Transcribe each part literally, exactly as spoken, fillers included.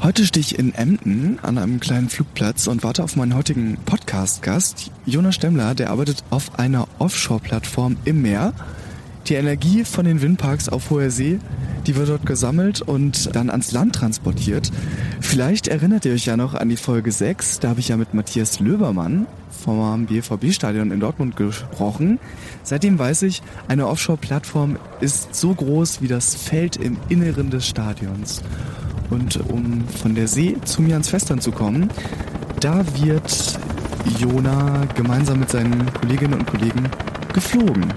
Heute stehe ich in Emden an einem kleinen Flugplatz und warte auf meinen heutigen Podcast-Gast, Jonas Stemmler, der arbeitet auf einer Offshore-Plattform im Meer. Die Energie von den Windparks auf hoher See, die wird dort gesammelt und dann ans Land transportiert. Vielleicht erinnert ihr euch ja noch an die Folge sechs, da habe ich ja mit Matthias Löbermann vom B V B-Stadion in Dortmund gesprochen. Seitdem weiß ich, eine Offshore-Plattform ist so groß wie das Feld im Inneren des Stadions. Und um von der See zu mir ans Festland zu kommen, da wird Jona gemeinsam mit seinen Kolleginnen und Kollegen geflogen.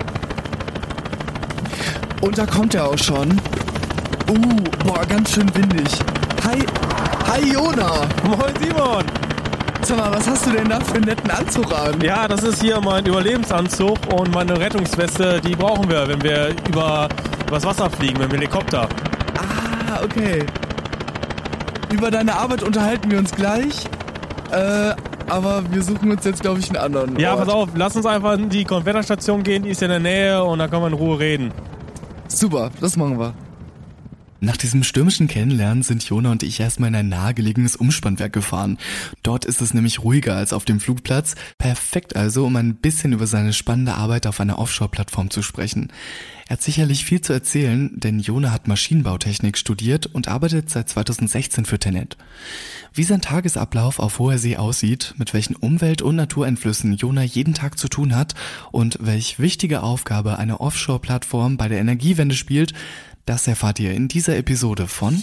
Und da kommt er auch schon. Uh, boah, ganz schön windig. Hi, hi Jona. Moin Simon. Sag mal, was hast du denn da für einen netten Anzug an? Ja, das ist hier mein Überlebensanzug und meine Rettungsweste, die brauchen wir, wenn wir über übers Wasser fliegen, mit dem Helikopter. Ah, okay. Über deine Arbeit unterhalten wir uns gleich, äh, aber wir suchen uns jetzt, glaube ich, einen anderen Ja, Ort. pass auf, lass uns einfach in die Konverterstation gehen, die ist in der Nähe und dann können wir in Ruhe reden. Super, das machen wir. Nach diesem stürmischen Kennenlernen sind Jona und ich erstmal in ein nahegelegenes Umspannwerk gefahren. Dort ist es nämlich ruhiger als auf dem Flugplatz. Perfekt also, um ein bisschen über seine spannende Arbeit auf einer Offshore-Plattform zu sprechen. Er hat sicherlich viel zu erzählen, denn Jona hat Maschinenbautechnik studiert und arbeitet seit zweitausendsechzehn für Tennet. Wie sein Tagesablauf auf hoher See aussieht, mit welchen Umwelt- und Natureinflüssen Jona jeden Tag zu tun hat und welch wichtige Aufgabe eine Offshore-Plattform bei der Energiewende spielt, das erfahrt ihr in dieser Episode von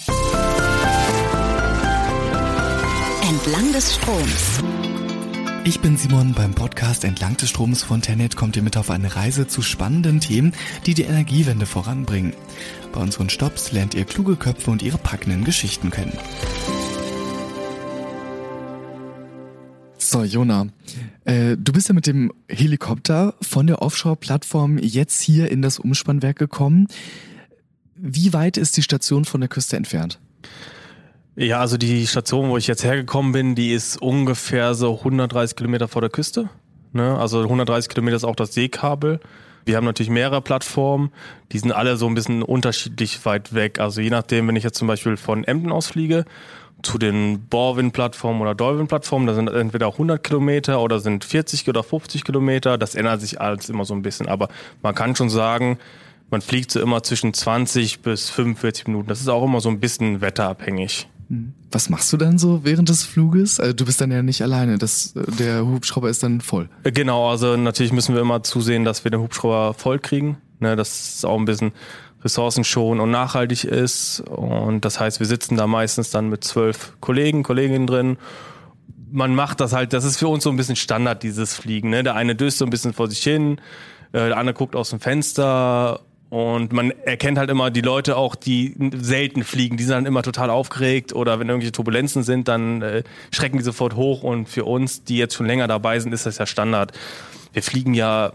Entlang des Stroms. Ich bin Simon, beim Podcast Entlang des Stroms von Tennet kommt ihr mit auf eine Reise zu spannenden Themen, die die Energiewende voranbringen. Bei unseren Stopps lernt ihr kluge Köpfe und ihre packenden Geschichten kennen. So, Jona, äh, du bist ja mit dem Helikopter von der Offshore-Plattform jetzt hier in das Umspannwerk gekommen. Wie weit ist die Station von der Küste entfernt? Ja, also die Station, wo ich jetzt hergekommen bin, die ist ungefähr so hundertdreißig Kilometer vor der Küste. Ne? Also hundertdreißig Kilometer ist auch das Seekabel. Wir haben natürlich mehrere Plattformen, die sind alle so ein bisschen unterschiedlich weit weg. Also je nachdem, wenn ich jetzt zum Beispiel von Emden aus fliege, zu den Borwind-Plattformen oder Dolwin-Plattformen, da sind entweder hundert Kilometer oder sind vierzig oder fünfzig Kilometer. Das ändert sich alles immer so ein bisschen. Aber man kann schon sagen, man fliegt so immer zwischen zwanzig bis fünfundvierzig Minuten. Das ist auch immer so ein bisschen wetterabhängig. Was machst du dann so während des Fluges? Also du bist dann ja nicht alleine, das, der Hubschrauber ist dann voll. Genau, also natürlich müssen wir immer zusehen, dass wir den Hubschrauber voll kriegen. Ne, dass es auch ein bisschen ressourcenschonend und nachhaltig ist. Und das heißt, wir sitzen da meistens dann mit zwölf Kollegen, Kolleginnen drin. Man macht das halt, das ist für uns so ein bisschen Standard, dieses Fliegen. Ne? Der eine döst so ein bisschen vor sich hin, der andere guckt aus dem Fenster. Und man erkennt halt immer die Leute auch, die selten fliegen, die sind dann immer total aufgeregt oder wenn irgendwelche Turbulenzen sind, dann äh, schrecken die sofort hoch und für uns, die jetzt schon länger dabei sind, ist das ja Standard. Wir fliegen ja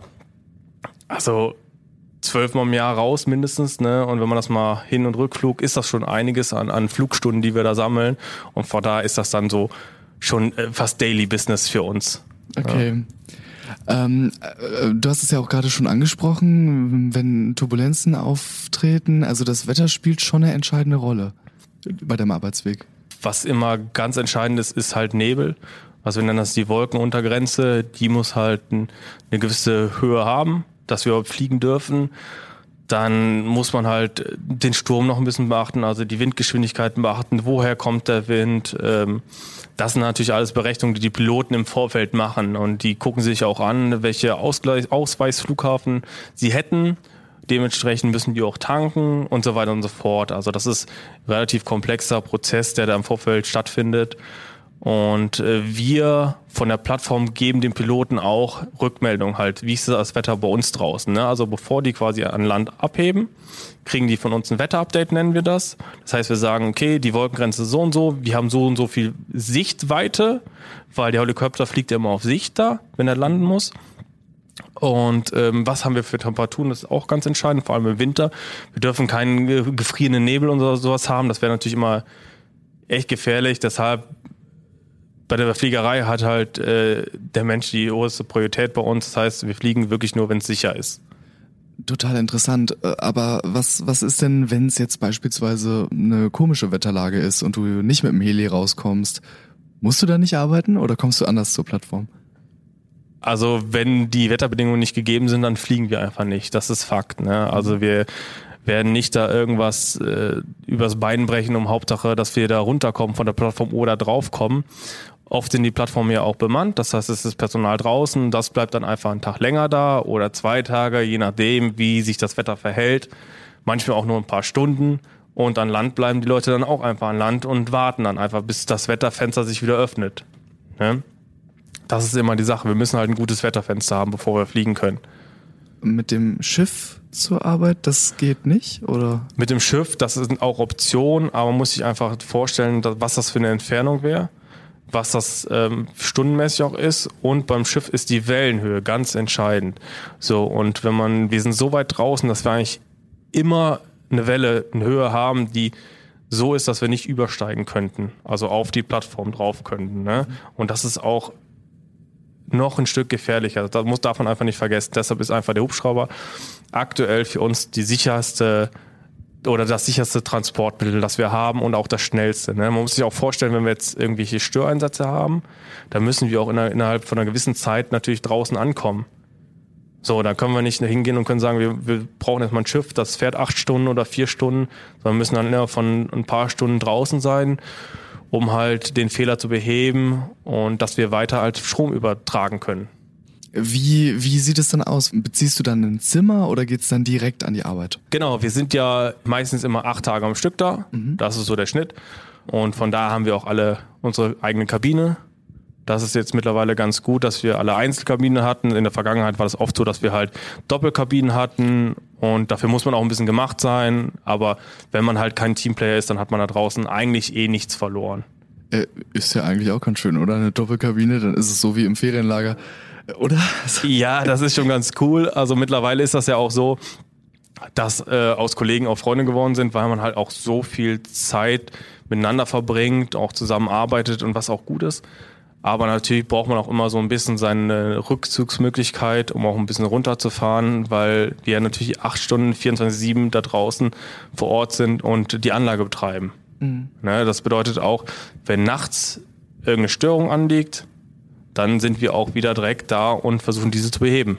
also zwölfmal im Jahr raus mindestens, ne? Und wenn man das mal Hin- und Rückflug, ist das schon einiges an, an Flugstunden, die wir da sammeln und von da ist das dann so schon äh, fast Daily Business für uns. Okay. Ja. Ähm, äh, du hast es ja auch gerade schon angesprochen, wenn Turbulenzen auftreten, also das Wetter spielt schon eine entscheidende Rolle bei deinem Arbeitsweg. Was immer ganz entscheidend ist, ist halt Nebel. Also wir nennen das die Wolkenuntergrenze, die muss halt ein, eine gewisse Höhe haben, dass wir überhaupt fliegen dürfen. Dann muss man halt den Sturm noch ein bisschen beachten, also die Windgeschwindigkeiten beachten, woher kommt der Wind. Das sind natürlich alles Berechnungen, die die Piloten im Vorfeld machen und die gucken sich auch an, welche Ausgleich- Ausweichsflughafen sie hätten. Dementsprechend müssen die auch tanken und so weiter und so fort. Also das ist ein relativ komplexer Prozess, der da im Vorfeld stattfindet. Und äh, wir von der Plattform geben den Piloten auch Rückmeldung halt, wie ist das Wetter bei uns draußen. Ne? Also bevor die quasi an Land abheben, kriegen die von uns ein Wetterupdate, nennen wir das. Das heißt, wir sagen, okay, die Wolkengrenze ist so und so, wir haben so und so viel Sichtweite, weil der Helikopter fliegt ja immer auf Sicht da, wenn er landen muss. Und ähm, was haben wir für Temperaturen, das ist auch ganz entscheidend, vor allem im Winter. Wir dürfen keinen äh, gefrierenden Nebel und so, sowas haben, das wäre natürlich immer echt gefährlich, deshalb bei der Fliegerei hat halt äh, der Mensch die oberste Priorität bei uns. Das heißt, wir fliegen wirklich nur, wenn es sicher ist. Total interessant. Aber was, was ist denn, wenn es jetzt beispielsweise eine komische Wetterlage ist und du nicht mit dem Heli rauskommst? Musst du da nicht arbeiten oder kommst du anders zur Plattform? Also wenn die Wetterbedingungen nicht gegeben sind, dann fliegen wir einfach nicht. Das ist Fakt. Ne? Also wir werden nicht da irgendwas äh, übers Bein brechen, um Hauptsache, dass wir da runterkommen von der Plattform oder draufkommen. Oft sind die Plattformen ja auch bemannt, das heißt, es ist Personal draußen, das bleibt dann einfach einen Tag länger da oder zwei Tage, je nachdem, wie sich das Wetter verhält. Manchmal auch nur ein paar Stunden und an Land bleiben die Leute dann auch einfach an Land und warten dann einfach, bis das Wetterfenster sich wieder öffnet. Ne? Das ist immer die Sache, wir müssen halt ein gutes Wetterfenster haben, bevor wir fliegen können. Mit dem Schiff zur Arbeit, das geht nicht, oder? Mit dem Schiff, das ist auch Option, aber man muss sich einfach vorstellen, was das für eine Entfernung wäre, was das ähm, stundenmäßig auch ist, und beim Schiff ist die Wellenhöhe ganz entscheidend. So, und wenn man, wir sind so weit draußen, dass wir eigentlich immer eine Welle, eine Höhe haben, die so ist, dass wir nicht übersteigen könnten, also auf die Plattform drauf könnten. Ne? Und das ist auch noch ein Stück gefährlicher. Das muss, darf man einfach nicht vergessen. Deshalb ist einfach der Hubschrauber aktuell für uns die sicherste oder das sicherste Transportmittel, das wir haben, und auch das schnellste. Ne? Man muss sich auch vorstellen, wenn wir jetzt irgendwelche Störeinsätze haben, dann müssen wir auch innerhalb von einer gewissen Zeit natürlich draußen ankommen. So, da können wir nicht hingehen und können sagen, wir, wir brauchen jetzt mal ein Schiff, das fährt acht Stunden oder vier Stunden, sondern müssen dann innerhalb von ein paar Stunden draußen sein, um halt den Fehler zu beheben und dass wir weiter als Strom übertragen können. Wie, wie sieht es dann aus? Beziehst du dann ein Zimmer oder geht's dann direkt an die Arbeit? Genau, wir sind ja meistens immer acht Tage am Stück da. Mhm. Das ist so der Schnitt. Und von da haben wir auch alle unsere eigene Kabine. Das ist jetzt mittlerweile ganz gut, dass wir alle Einzelkabinen hatten. In der Vergangenheit war das oft so, dass wir halt Doppelkabinen hatten. Und dafür muss man auch ein bisschen gemacht sein. Aber wenn man halt kein Teamplayer ist, dann hat man da draußen eigentlich eh nichts verloren. Äh, ist ja eigentlich auch ganz schön, oder? Eine Doppelkabine, dann ist es so wie im Ferienlager. Oder? Ja, das ist schon ganz cool. Also mittlerweile ist das ja auch so, dass äh, aus Kollegen auch Freunde geworden sind, weil man halt auch so viel Zeit miteinander verbringt, auch zusammenarbeitet und was auch gut ist. Aber natürlich braucht man auch immer so ein bisschen seine Rückzugsmöglichkeit, um auch ein bisschen runterzufahren, weil wir natürlich acht Stunden, vierundzwanzig sieben da draußen vor Ort sind und die Anlage betreiben. Mhm. Ne, das bedeutet auch, wenn nachts irgendeine Störung anliegt, dann sind wir auch wieder direkt da und versuchen, diese zu beheben.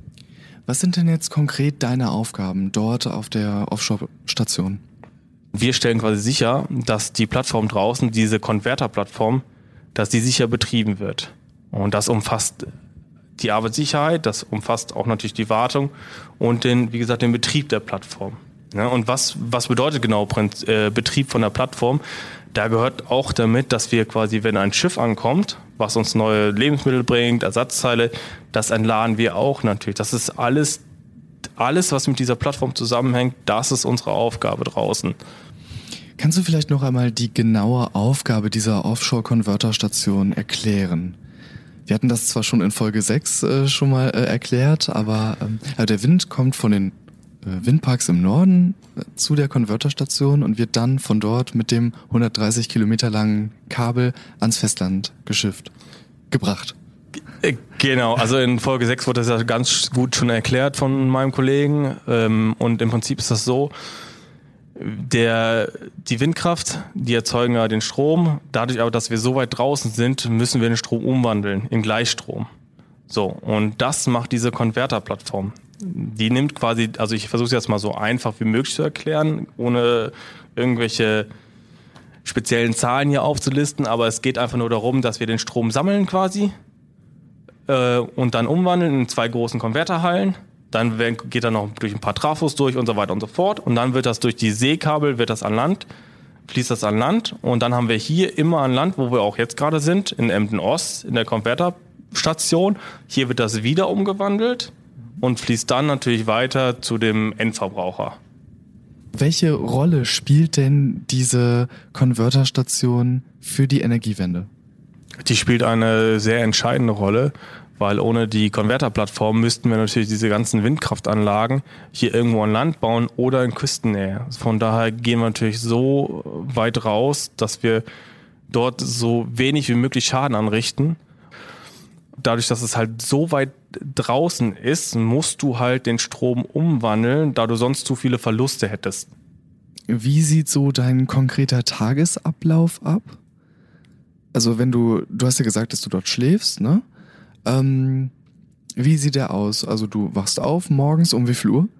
Was sind denn jetzt konkret deine Aufgaben dort auf der Offshore-Station? Wir stellen quasi sicher, dass die Plattform draußen, diese Konverterplattform, dass die sicher betrieben wird. Und das umfasst die Arbeitssicherheit, das umfasst auch natürlich die Wartung und den, wie gesagt, den Betrieb der Plattform. Ja, und was, was bedeutet genau äh, Betrieb von der Plattform? Da gehört auch damit, dass wir quasi, wenn ein Schiff ankommt, was uns neue Lebensmittel bringt, Ersatzteile, das entladen wir auch natürlich. Das ist alles, alles, was mit dieser Plattform zusammenhängt, das ist unsere Aufgabe draußen. Kannst du vielleicht noch einmal die genaue Aufgabe dieser Offshore-Converter-Station erklären? Wir hatten das zwar schon in Folge sechs äh, schon mal äh, erklärt, aber ähm, also der Wind kommt von den äh, Windparks im Norden äh, zu der Converterstation und wird dann von dort mit dem hundertdreißig Kilometer langen Kabel ans Festland geschifft, gebracht. Genau, also in Folge sechs wurde das ja ganz gut schon erklärt von meinem Kollegen, ähm, und im Prinzip ist das so, Der, die Windkraft, die erzeugen ja den Strom. Dadurch aber, dass wir so weit draußen sind, müssen wir den Strom umwandeln in Gleichstrom. So, und das macht diese Konverterplattform. Die nimmt quasi, also ich versuche es jetzt mal so einfach wie möglich zu erklären, ohne irgendwelche speziellen Zahlen hier aufzulisten, aber es geht einfach nur darum, dass wir den Strom sammeln quasi äh, und dann umwandeln in zwei großen Konverterhallen. Dann geht er noch durch ein paar Trafos durch und so weiter und so fort. Und dann wird das durch die Seekabel, wird das an Land, fließt das an Land. Und dann haben wir hier immer an Land, wo wir auch jetzt gerade sind, in Emden Ost, in der Konverterstation. Hier wird das wieder umgewandelt und fließt dann natürlich weiter zu dem Endverbraucher. Welche Rolle spielt denn diese Konverterstation für die Energiewende? Die spielt eine sehr entscheidende Rolle, weil ohne die Konverterplattform müssten wir natürlich diese ganzen Windkraftanlagen hier irgendwo an Land bauen oder in Küstennähe. Von daher gehen wir natürlich so weit raus, dass wir dort so wenig wie möglich Schaden anrichten. Dadurch, dass es halt so weit draußen ist, musst du halt den Strom umwandeln, da du sonst zu viele Verluste hättest. Wie sieht so dein konkreter Tagesablauf ab? Also wenn du, du hast ja gesagt, dass du dort schläfst, ne? Ähm, wie sieht der aus? Also du wachst auf morgens um wie viel Uhr?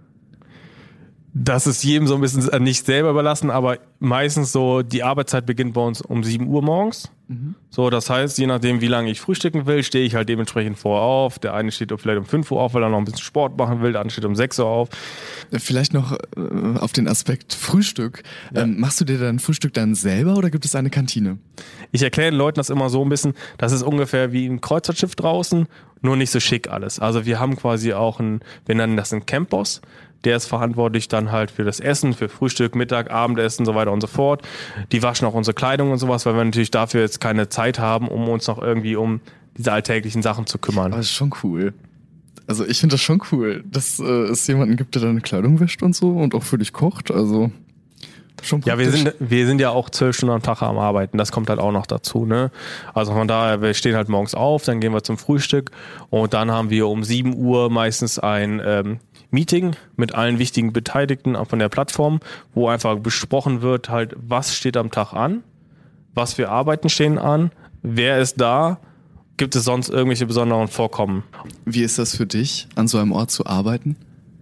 Das ist jedem so ein bisschen nicht selber überlassen, aber meistens so, die Arbeitszeit beginnt bei uns um sieben Uhr morgens. Mhm. So, das heißt, je nachdem, wie lange ich frühstücken will, stehe ich halt dementsprechend vorher auf. Der eine steht vielleicht um fünf Uhr auf, weil er noch ein bisschen Sport machen will, der andere steht um sechs Uhr auf. Vielleicht noch äh, auf den Aspekt Frühstück. Ja. Ähm, machst du dir dein Frühstück dann selber oder gibt es eine Kantine? Ich erkläre den Leuten das immer so ein bisschen, das ist ungefähr wie ein Kreuzfahrtschiff draußen, nur nicht so schick alles. Also wir haben quasi auch ein, wir nennen das einen Campboss. Der ist verantwortlich dann halt für das Essen, für Frühstück, Mittag, Abendessen, so weiter und so fort. Die waschen auch unsere Kleidung und sowas, weil wir natürlich dafür jetzt keine Zeit haben, um uns noch irgendwie um diese alltäglichen Sachen zu kümmern. Aber das ist schon cool. Also ich finde das schon cool, dass äh, es jemanden gibt, der deine Kleidung wäscht und so und auch für dich kocht. Also schon praktisch. Ja, wir sind, wir sind ja auch zwölf Stunden am Tag am Arbeiten. Das kommt halt auch noch dazu, ne? Also von daher, wir stehen halt morgens auf, dann gehen wir zum Frühstück und dann haben wir um sieben Uhr meistens ein ähm, Meeting mit allen wichtigen Beteiligten von der Plattform, wo einfach besprochen wird, halt, was steht am Tag an, was für Arbeiten stehen an, wer ist da, gibt es sonst irgendwelche besonderen Vorkommen. Wie ist das für dich, an so einem Ort zu arbeiten?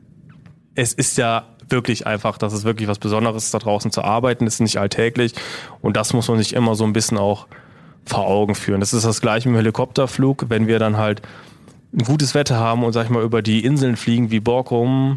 Es ist ja wirklich einfach, das ist wirklich was Besonderes, da draußen zu arbeiten, das ist nicht alltäglich und das muss man sich immer so ein bisschen auch vor Augen führen. Das ist das gleiche mit dem Helikopterflug, wenn wir dann halt ein gutes Wetter haben und, sag ich mal, über die Inseln fliegen wie Borkum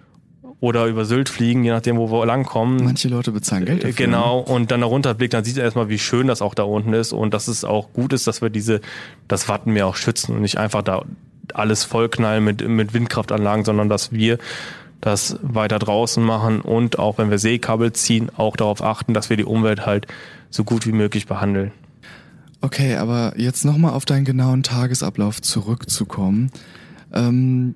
oder über Sylt fliegen, je nachdem, wo wir langkommen. Manche Leute bezahlen Geld dafür. Genau, und dann da runterblickt, dann sieht er erstmal, wie schön das auch da unten ist und dass es auch gut ist, dass wir diese, das Wattenmeer auch schützen und nicht einfach da alles vollknallen mit, mit Windkraftanlagen, sondern dass wir das weiter draußen machen und auch wenn wir Seekabel ziehen, auch darauf achten, dass wir die Umwelt halt so gut wie möglich behandeln. Okay, aber jetzt nochmal auf deinen genauen Tagesablauf zurückzukommen. Ähm,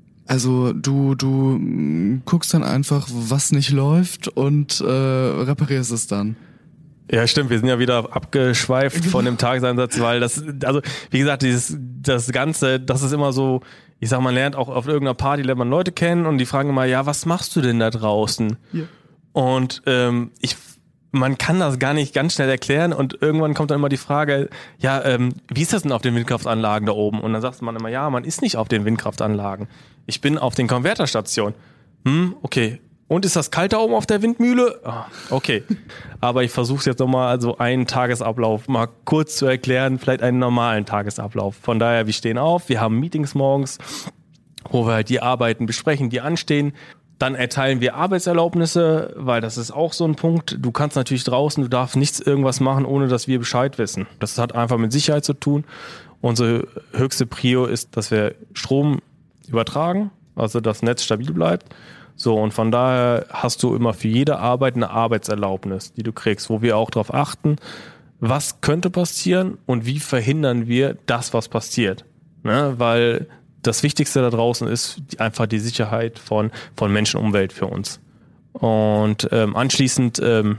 also du du mh, guckst dann einfach, was nicht läuft und äh, reparierst es dann. Ja, stimmt. Wir sind ja wieder abgeschweift von dem Tageseinsatz, weil das, also wie gesagt, dieses das Ganze, das ist immer so, ich sag mal, man lernt auch auf irgendeiner Party, lernt man Leute kennen und die fragen immer, ja, was machst du denn da draußen? Ja. Und ähm, ich man kann das gar nicht ganz schnell erklären und irgendwann kommt dann immer die Frage, ja, ähm, wie ist das denn auf den Windkraftanlagen da oben? Und dann sagt man immer, ja, man ist nicht auf den Windkraftanlagen. Ich bin auf den Konverterstationen. Hm, okay. Und ist das kalt da oben auf der Windmühle? Oh, okay. Aber ich versuche jetzt nochmal, also einen Tagesablauf mal kurz zu erklären, vielleicht einen normalen Tagesablauf. Von daher, wir stehen auf, wir haben Meetings morgens, wo wir halt die Arbeiten besprechen, die anstehen. Dann erteilen wir Arbeitserlaubnisse, weil das ist auch so ein Punkt. Du kannst natürlich draußen, du darfst nichts irgendwas machen, ohne dass wir Bescheid wissen. Das hat einfach mit Sicherheit zu tun. Unsere höchste Prio ist, dass wir Strom übertragen, also das Netz stabil bleibt. So, und von daher hast du immer für jede Arbeit eine Arbeitserlaubnis, die du kriegst, wo wir auch darauf achten, was könnte passieren und wie verhindern wir das, was passiert. Ne? Weil das Wichtigste da draußen ist einfach die Sicherheit von, von Mensch und Umwelt für uns. Und ähm, anschließend ähm,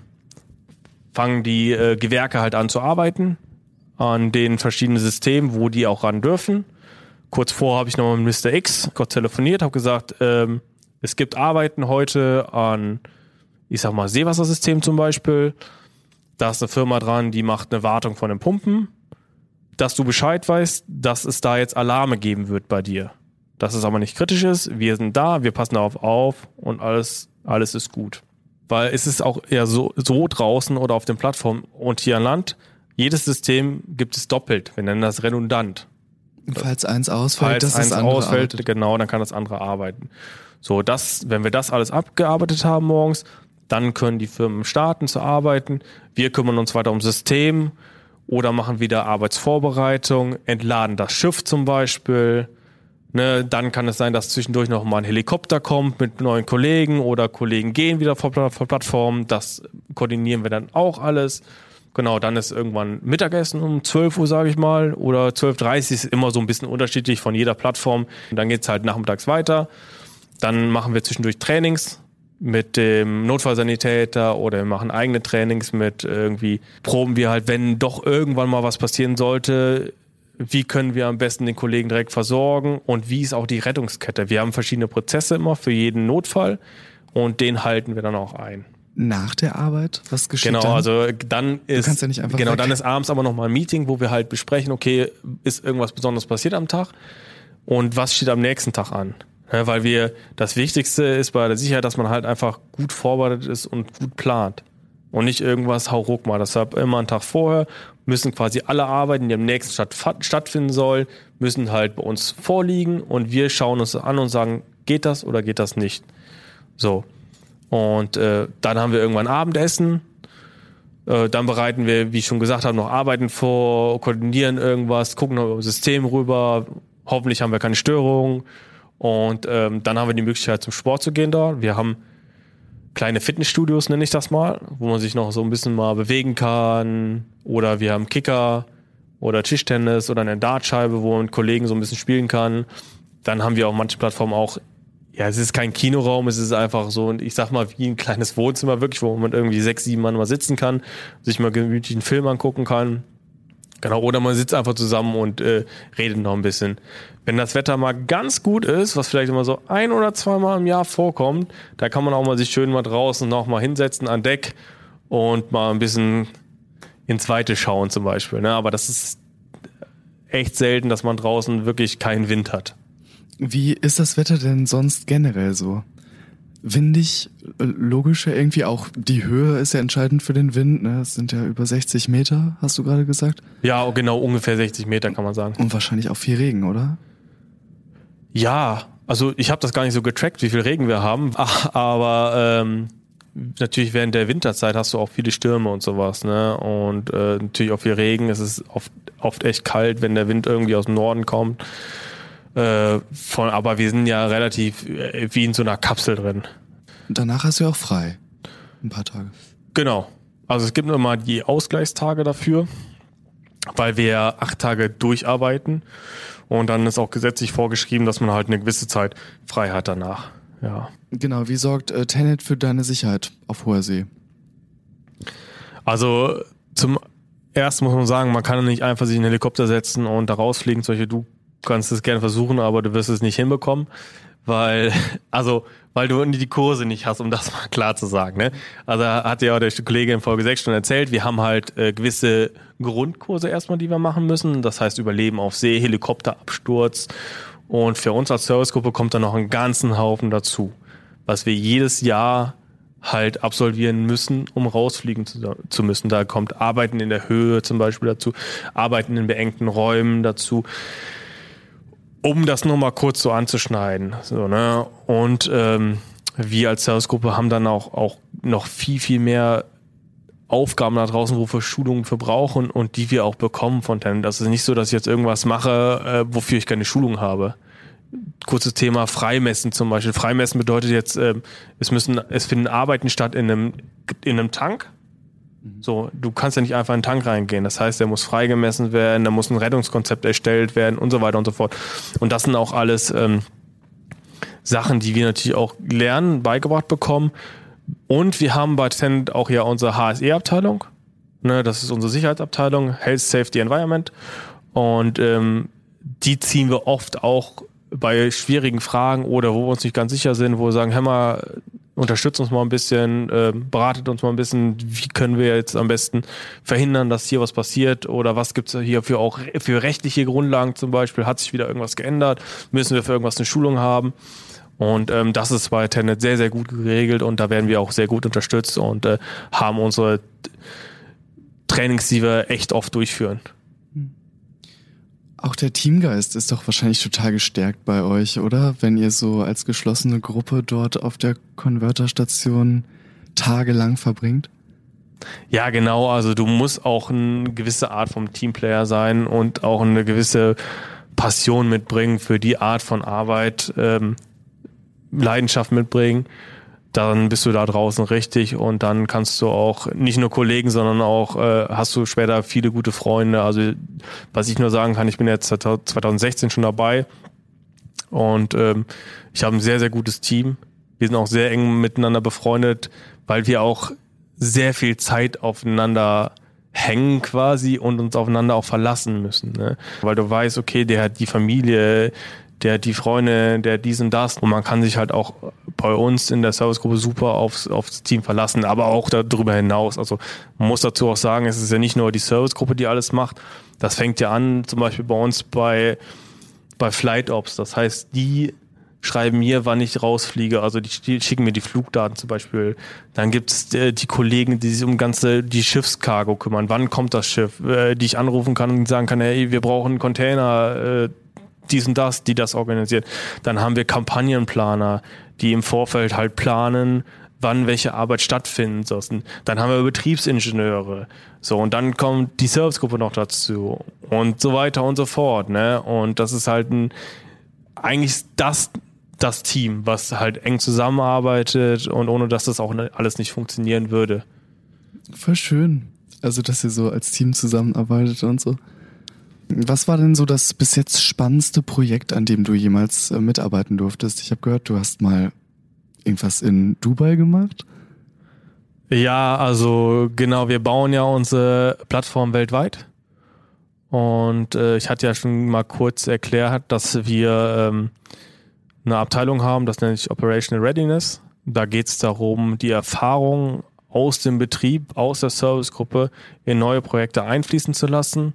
fangen die äh, Gewerke halt an zu arbeiten an den verschiedenen Systemen, wo die auch ran dürfen. Kurz vorher habe ich nochmal mit Mister X kurz telefoniert, habe gesagt, ähm, es gibt Arbeiten heute an, ich sag mal, Seewassersystem zum Beispiel. Da ist eine Firma dran, die macht eine Wartung von den Pumpen. Dass du Bescheid weißt, dass es da jetzt Alarme geben wird bei dir. Dass es aber nicht kritisch ist, wir sind da, wir passen darauf auf und alles, alles ist gut. Weil es ist auch eher so, so draußen oder auf den Plattformen und hier an Land, jedes System gibt es doppelt, wir nennen das redundant. Falls eins ausfällt, Falls dass eins das andere ausfällt, arbeitet. Genau, dann kann das andere arbeiten. So, das, wenn wir das alles abgearbeitet haben morgens, dann können die Firmen starten zu arbeiten. Wir kümmern uns weiter ums System oder machen wieder Arbeitsvorbereitung, entladen das Schiff zum Beispiel. Ne, dann kann es sein, dass zwischendurch noch mal ein Helikopter kommt mit neuen Kollegen oder Kollegen gehen wieder vor, vor Plattformen. Das koordinieren wir dann auch alles. Genau, dann ist irgendwann Mittagessen um zwölf Uhr, sage ich mal, oder zwölf Uhr dreißig, ist immer so ein bisschen unterschiedlich von jeder Plattform. Und dann geht's halt nachmittags weiter. Dann machen wir zwischendurch Trainings mit dem Notfallsanitäter oder wir machen eigene Trainings mit irgendwie, proben wir halt, wenn doch irgendwann mal was passieren sollte, wie können wir am besten den Kollegen direkt versorgen und wie ist auch die Rettungskette. Wir haben verschiedene Prozesse immer für jeden Notfall und den halten wir dann auch ein. Nach der Arbeit? Was geschieht genau, dann? Genau, also dann ist, du kannst ja nicht einfach genau, weg. dann ist abends aber nochmal ein Meeting, wo wir halt besprechen, okay, ist irgendwas Besonderes passiert am Tag und was steht am nächsten Tag an? Ja, weil wir, das Wichtigste ist bei der Sicherheit, dass man halt einfach gut vorbereitet ist und gut plant und nicht irgendwas hauruck mal. Deshalb immer einen Tag vorher müssen quasi alle Arbeiten, die am nächsten Stadt stattfinden sollen, müssen halt bei uns vorliegen und wir schauen uns an und sagen, geht das oder geht das nicht? So. Und äh, dann haben wir irgendwann Abendessen, äh, dann bereiten wir, wie ich schon gesagt habe, noch Arbeiten vor, koordinieren irgendwas, gucken noch über das System rüber, hoffentlich haben wir keine Störungen und ähm, dann haben wir die Möglichkeit zum Sport zu gehen da. Wir haben kleine Fitnessstudios, nenne ich das mal, wo man sich noch so ein bisschen mal bewegen kann oder wir haben Kicker oder Tischtennis oder eine Dartscheibe, wo man mit Kollegen so ein bisschen spielen kann. Dann haben wir auf manchen Plattformen auch, ja, es ist kein Kinoraum, es ist einfach so, und ich sag mal, wie ein kleines Wohnzimmer wirklich, wo man irgendwie sechs, sieben Mann mal sitzen kann, sich mal gemütlich einen Film angucken kann. Genau, oder man sitzt einfach zusammen und äh, redet noch ein bisschen. Wenn das Wetter mal ganz gut ist, was vielleicht immer so ein oder zweimal im Jahr vorkommt, da kann man auch mal sich schön mal draußen noch mal hinsetzen an Deck und mal ein bisschen ins Weite schauen zum Beispiel. Ne? Aber das ist echt selten, dass man draußen wirklich keinen Wind hat. Wie ist das Wetter denn sonst generell so? Windig, logisch ja irgendwie auch, die Höhe ist ja entscheidend für den Wind, ne? Es sind ja über sechzig Meter, hast du gerade gesagt? Ja, genau, ungefähr sechzig Meter kann man sagen. Und wahrscheinlich auch viel Regen, oder? Ja, also ich habe das gar nicht so getrackt, wie viel Regen wir haben, aber ähm, natürlich während der Winterzeit hast du auch viele Stürme und sowas, ne? Und äh, natürlich auch viel Regen, es ist oft, oft echt kalt, wenn der Wind irgendwie aus dem Norden kommt. Äh, von, aber wir sind ja relativ äh, wie in so einer Kapsel drin. Und danach hast du ja auch frei. Ein paar Tage. Genau. Also es gibt immer die Ausgleichstage dafür, weil wir acht Tage durcharbeiten und dann ist auch gesetzlich vorgeschrieben, dass man halt eine gewisse Zeit frei hat danach. Ja. Genau, wie sorgt äh, Tenet für deine Sicherheit auf hoher See? Also zum ersten muss man sagen, man kann nicht einfach sich in einen Helikopter setzen und da rausfliegen, solche du kannst es gerne versuchen, aber du wirst es nicht hinbekommen, weil, also, weil du die Kurse nicht hast, um das mal klar zu sagen, ne? Also hat ja auch der Kollege in Folge sechs schon erzählt, wir haben halt äh, gewisse Grundkurse erstmal, die wir machen müssen, das heißt Überleben auf See, Helikopterabsturz und für uns als Servicegruppe kommt dann noch einen ganzen Haufen dazu, was wir jedes Jahr halt absolvieren müssen, um rausfliegen zu, zu müssen. Da kommt Arbeiten in der Höhe zum Beispiel dazu, Arbeiten in beengten Räumen dazu, um das nur mal kurz so anzuschneiden. So, ne? Und ähm, wir als Servicegruppe haben dann auch, auch noch viel, viel mehr Aufgaben da draußen, wofür Schulungen für brauchen und die wir auch bekommen von Tenet. Das ist nicht so, dass ich jetzt irgendwas mache, äh, wofür ich keine Schulung habe. Kurzes Thema Freimessen zum Beispiel. Freimessen bedeutet jetzt, äh, es müssen, es finden Arbeiten statt in einem, in einem Tank. So, du kannst ja nicht einfach in den Tank reingehen. Das heißt, der muss freigemessen werden, da muss ein Rettungskonzept erstellt werden und so weiter und so fort. Und das sind auch alles ähm, Sachen, die wir natürlich auch lernen, beigebracht bekommen. Und wir haben bei Tenet auch ja unsere H S E-Abteilung. Ne, das ist unsere Sicherheitsabteilung, Health, Safety, Environment. Und ähm, die ziehen wir oft auch bei schwierigen Fragen oder wo wir uns nicht ganz sicher sind, wo wir sagen, hör mal, unterstützt uns mal ein bisschen, äh, beratet uns mal ein bisschen, wie können wir jetzt am besten verhindern, dass hier was passiert oder was gibt es hier für auch für rechtliche Grundlagen zum Beispiel, hat sich wieder irgendwas geändert, müssen wir für irgendwas eine Schulung haben und ähm, das ist bei Tenet sehr, sehr gut geregelt und da werden wir auch sehr gut unterstützt und äh, haben unsere Trainings, die wir echt oft durchführen. Auch der Teamgeist ist doch wahrscheinlich total gestärkt bei euch, oder? Wenn ihr so als geschlossene Gruppe dort auf der Konverterstation tagelang verbringt? Ja, genau. Also du musst auch eine gewisse Art vom Teamplayer sein und auch eine gewisse Passion mitbringen für die Art von Arbeit, ähm, Leidenschaft mitbringen. Dann bist du da draußen richtig und dann kannst du auch nicht nur Kollegen, sondern auch äh, hast du später viele gute Freunde. Also was ich nur sagen kann, ich bin jetzt zwanzig sechzehn schon dabei und ähm, ich habe ein sehr, sehr gutes Team. Wir sind auch sehr eng miteinander befreundet, weil wir auch sehr viel Zeit aufeinander hängen quasi und uns aufeinander auch verlassen müssen. Ne? Weil du weißt, okay, der hat die Familie, der hat die Freunde, der hat dies und das. Und man kann sich halt auch bei uns in der Servicegruppe super aufs, aufs Team verlassen, aber auch darüber hinaus. Also man muss dazu auch sagen, es ist ja nicht nur die Servicegruppe, die alles macht. Das fängt ja an, zum Beispiel bei uns bei, bei Flight Ops. Das heißt, die schreiben mir, wann ich rausfliege. Also die, die schicken mir die Flugdaten zum Beispiel. Dann gibt es äh, die Kollegen, die sich um ganze die Schiffscargo kümmern. Wann kommt das Schiff? Äh, die ich anrufen kann und sagen kann, hey, wir brauchen einen Container, äh, dies und das, die das organisiert. Dann haben wir Kampagnenplaner, die im Vorfeld halt planen, wann welche Arbeit stattfinden soll. Dann haben wir Betriebsingenieure. So, und dann kommt die Servicegruppe noch dazu. Und so weiter und so fort. Ne? Und das ist halt ein, eigentlich das, das Team, was halt eng zusammenarbeitet und ohne dass das auch alles nicht funktionieren würde. Voll schön. Also, dass ihr so als Team zusammenarbeitet und so. Was war denn so das bis jetzt spannendste Projekt, an dem du jemals äh, mitarbeiten durftest? Ich habe gehört, du hast mal irgendwas in Dubai gemacht. Ja, also genau, wir bauen ja unsere Plattform weltweit. Und äh, ich hatte ja schon mal kurz erklärt, dass wir ähm, eine Abteilung haben, das nennt sich Operational Readiness. Da geht es darum, die Erfahrung aus dem Betrieb, aus der Servicegruppe in neue Projekte einfließen zu lassen,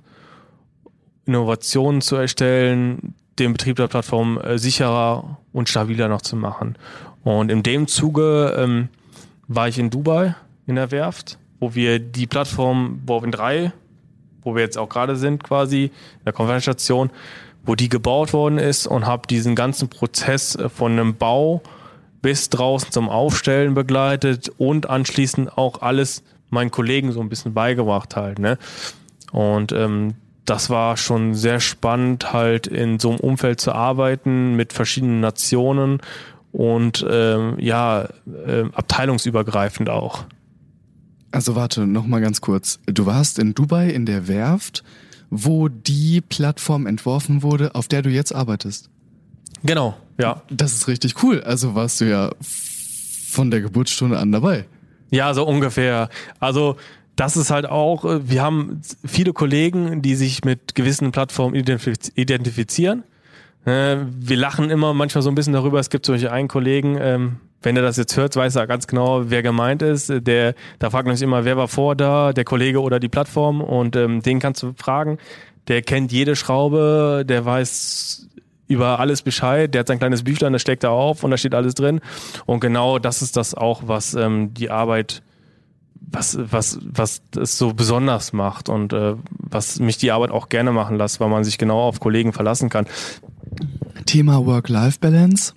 Innovationen zu erstellen, den Betrieb der Plattform äh, sicherer und stabiler noch zu machen. Und in dem Zuge ähm, war ich in Dubai in der Werft, wo wir die Plattform Bovin drei, wo wir jetzt auch gerade sind quasi, in der Konferenzstation, wo die gebaut worden ist und habe diesen ganzen Prozess von einem Bau bis draußen zum Aufstellen begleitet und anschließend auch alles meinen Kollegen so ein bisschen beigebracht halt. Ne? Und ähm, das war schon sehr spannend, halt in so einem Umfeld zu arbeiten mit verschiedenen Nationen und ähm, ja, äh, abteilungsübergreifend auch. Also warte, noch mal ganz kurz. Du warst in Dubai in der Werft, wo die Plattform entworfen wurde, auf der du jetzt arbeitest. Genau, ja. Das ist richtig cool. Also warst du ja von der Geburtsstunde an dabei. Ja, so ungefähr. Also das ist halt auch, wir haben viele Kollegen, die sich mit gewissen Plattformen identifizieren. Wir lachen immer manchmal so ein bisschen darüber. Es gibt zum Beispiel einen Kollegen, wenn er das jetzt hört, weiß er ganz genau, wer gemeint ist. Der, da fragt man sich immer, wer war vor da, der Kollege oder die Plattform, und ähm, den kannst du fragen. Der kennt jede Schraube, der weiß über alles Bescheid, der hat sein kleines Büchlein, das steckt da auf und da steht alles drin. Und genau das ist das auch, was ähm, die Arbeit, was was was es so besonders macht und äh, was mich die Arbeit auch gerne machen lässt, weil man sich genau auf Kollegen verlassen kann. Thema Work-Life-Balance.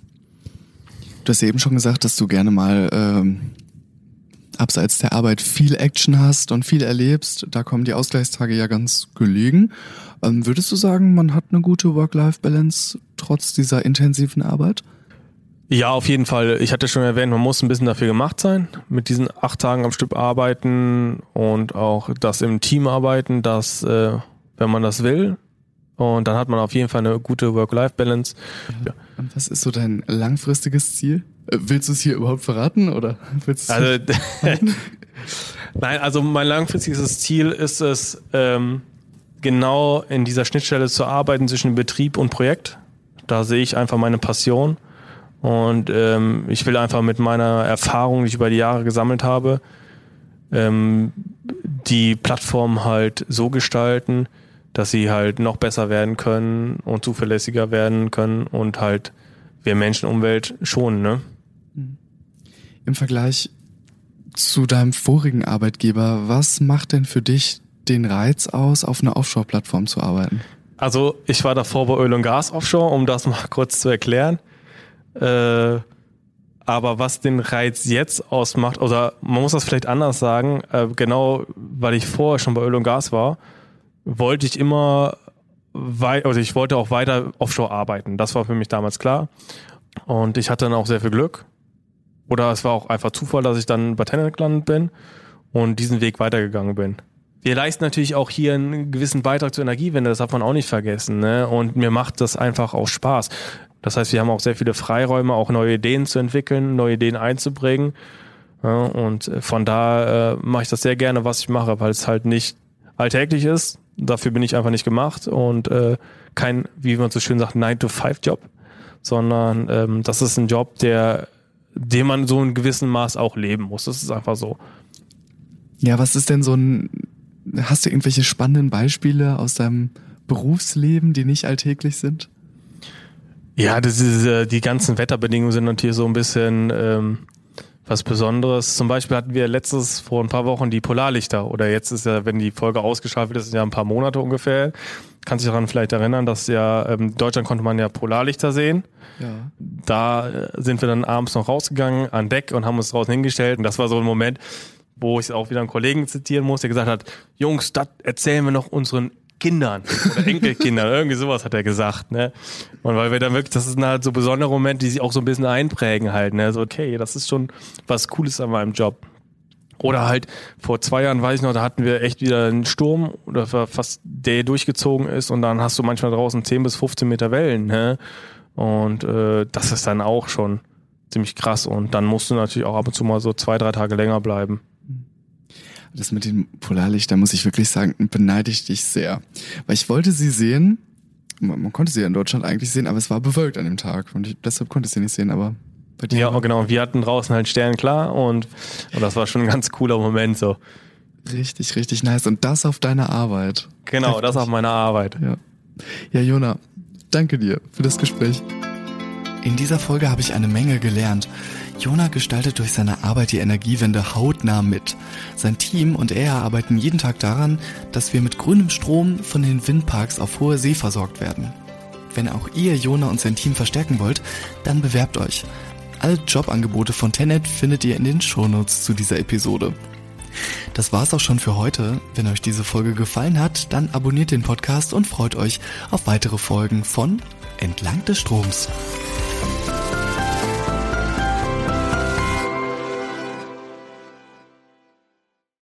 Du hast eben schon gesagt, dass du gerne mal ähm, abseits der Arbeit viel Action hast und viel erlebst. Da kommen die Ausgleichstage ja ganz gelegen. Ähm, würdest du sagen, man hat eine gute Work-Life-Balance trotz dieser intensiven Arbeit? Ja, auf jeden Fall. Ich hatte schon erwähnt, man muss ein bisschen dafür gemacht sein, mit diesen acht Tagen am Stück arbeiten und auch das im Team arbeiten, dass, äh, wenn man das will, und dann hat man auf jeden Fall eine gute Work-Life-Balance. Ja. Und was ist so dein langfristiges Ziel? Willst du es hier überhaupt verraten oder willst du also, Nein, also mein langfristiges Ziel ist es, ähm, genau in dieser Schnittstelle zu arbeiten zwischen Betrieb und Projekt. Da sehe ich einfach meine Passion. Und ähm, ich will einfach mit meiner Erfahrung, die ich über die Jahre gesammelt habe, ähm, die Plattform halt so gestalten, dass sie halt noch besser werden können und zuverlässiger werden können und halt wir Menschen, Umwelt schonen, ne? Im Vergleich zu deinem vorigen Arbeitgeber, was macht denn für dich den Reiz aus, auf einer Offshore-Plattform zu arbeiten? Also ich war davor bei Öl und Gas Offshore, um das mal kurz zu erklären. Äh, aber was den Reiz jetzt ausmacht, oder man muss das vielleicht anders sagen, äh, genau weil ich vorher schon bei Öl und Gas war, wollte ich immer wei- also ich wollte auch weiter offshore arbeiten. Das war für mich damals klar. Und ich hatte dann auch sehr viel Glück. Oder es war auch einfach Zufall, dass ich dann bei Tenet gelandet bin und diesen Weg weitergegangen bin. Wir leisten natürlich auch hier einen gewissen Beitrag zur Energiewende, das darf man auch nicht vergessen, ne? Und mir macht das einfach auch Spaß. Das heißt, wir haben auch sehr viele Freiräume, auch neue Ideen zu entwickeln, neue Ideen einzubringen. Ja, und von da äh, mache ich das sehr gerne, was ich mache, weil es halt nicht alltäglich ist. Dafür bin ich einfach nicht gemacht und äh, kein, wie man so schön sagt, nine to five Job, sondern ähm, das ist ein Job, der, den man so in gewissem Maß auch leben muss. Das ist einfach so. Ja, was ist denn so ein, hast du irgendwelche spannenden Beispiele aus deinem Berufsleben, die nicht alltäglich sind? Ja, das ist, äh, die ganzen Wetterbedingungen sind natürlich so ein bisschen ähm, was Besonderes. Zum Beispiel hatten wir letztes, vor ein paar Wochen, die Polarlichter. Oder jetzt ist ja, wenn die Folge ausgestrahlt wird, das sind ja ein paar Monate ungefähr. Kannst dich daran vielleicht erinnern, dass ja ähm, in Deutschland konnte man ja Polarlichter sehen. Ja. Da äh, sind wir dann abends noch rausgegangen an Deck und haben uns draußen hingestellt. Und das war so ein Moment, wo ich auch wieder einen Kollegen zitieren muss, der gesagt hat, Jungs, das erzählen wir noch unseren Kindern oder Enkelkindern, irgendwie sowas hat er gesagt, ne? Und weil wir dann wirklich, das sind halt so besondere Momente, die sich auch so ein bisschen einprägen halt, ne? So, okay, das ist schon was Cooles an meinem Job. Oder halt, vor zwei Jahren, weiß ich noch, da hatten wir echt wieder einen Sturm, oder fast der durchgezogen ist und dann hast du manchmal draußen zehn bis fünfzehn Meter Wellen, ne? Und äh, das ist dann auch schon ziemlich krass und dann musst du natürlich auch ab und zu mal so zwei, drei Tage länger bleiben. Das mit den Polarlichtern, muss ich wirklich sagen, beneide ich dich sehr. Weil ich wollte sie sehen, man, man konnte sie ja in Deutschland eigentlich sehen, aber es war bewölkt an dem Tag und ich, deshalb konnte ich sie nicht sehen, aber bei dir. Ja, genau, wir hatten draußen halt sternklar und, und das war schon ein ganz cooler Moment so. Richtig, richtig nice und das auf deiner Arbeit. Genau, Richtig. Das auf meiner Arbeit. Ja, ja, Jona, danke dir für das Gespräch. In dieser Folge habe ich eine Menge gelernt. Jona gestaltet durch seine Arbeit die Energiewende hautnah mit. Sein Team und er arbeiten jeden Tag daran, dass wir mit grünem Strom von den Windparks auf hoher See versorgt werden. Wenn auch ihr Jona und sein Team verstärken wollt, dann bewerbt euch. Alle Jobangebote von Tennet findet ihr in den Shownotes zu dieser Episode. Das war's auch schon für heute. Wenn euch diese Folge gefallen hat, dann abonniert den Podcast und freut euch auf weitere Folgen von Entlang des Stroms.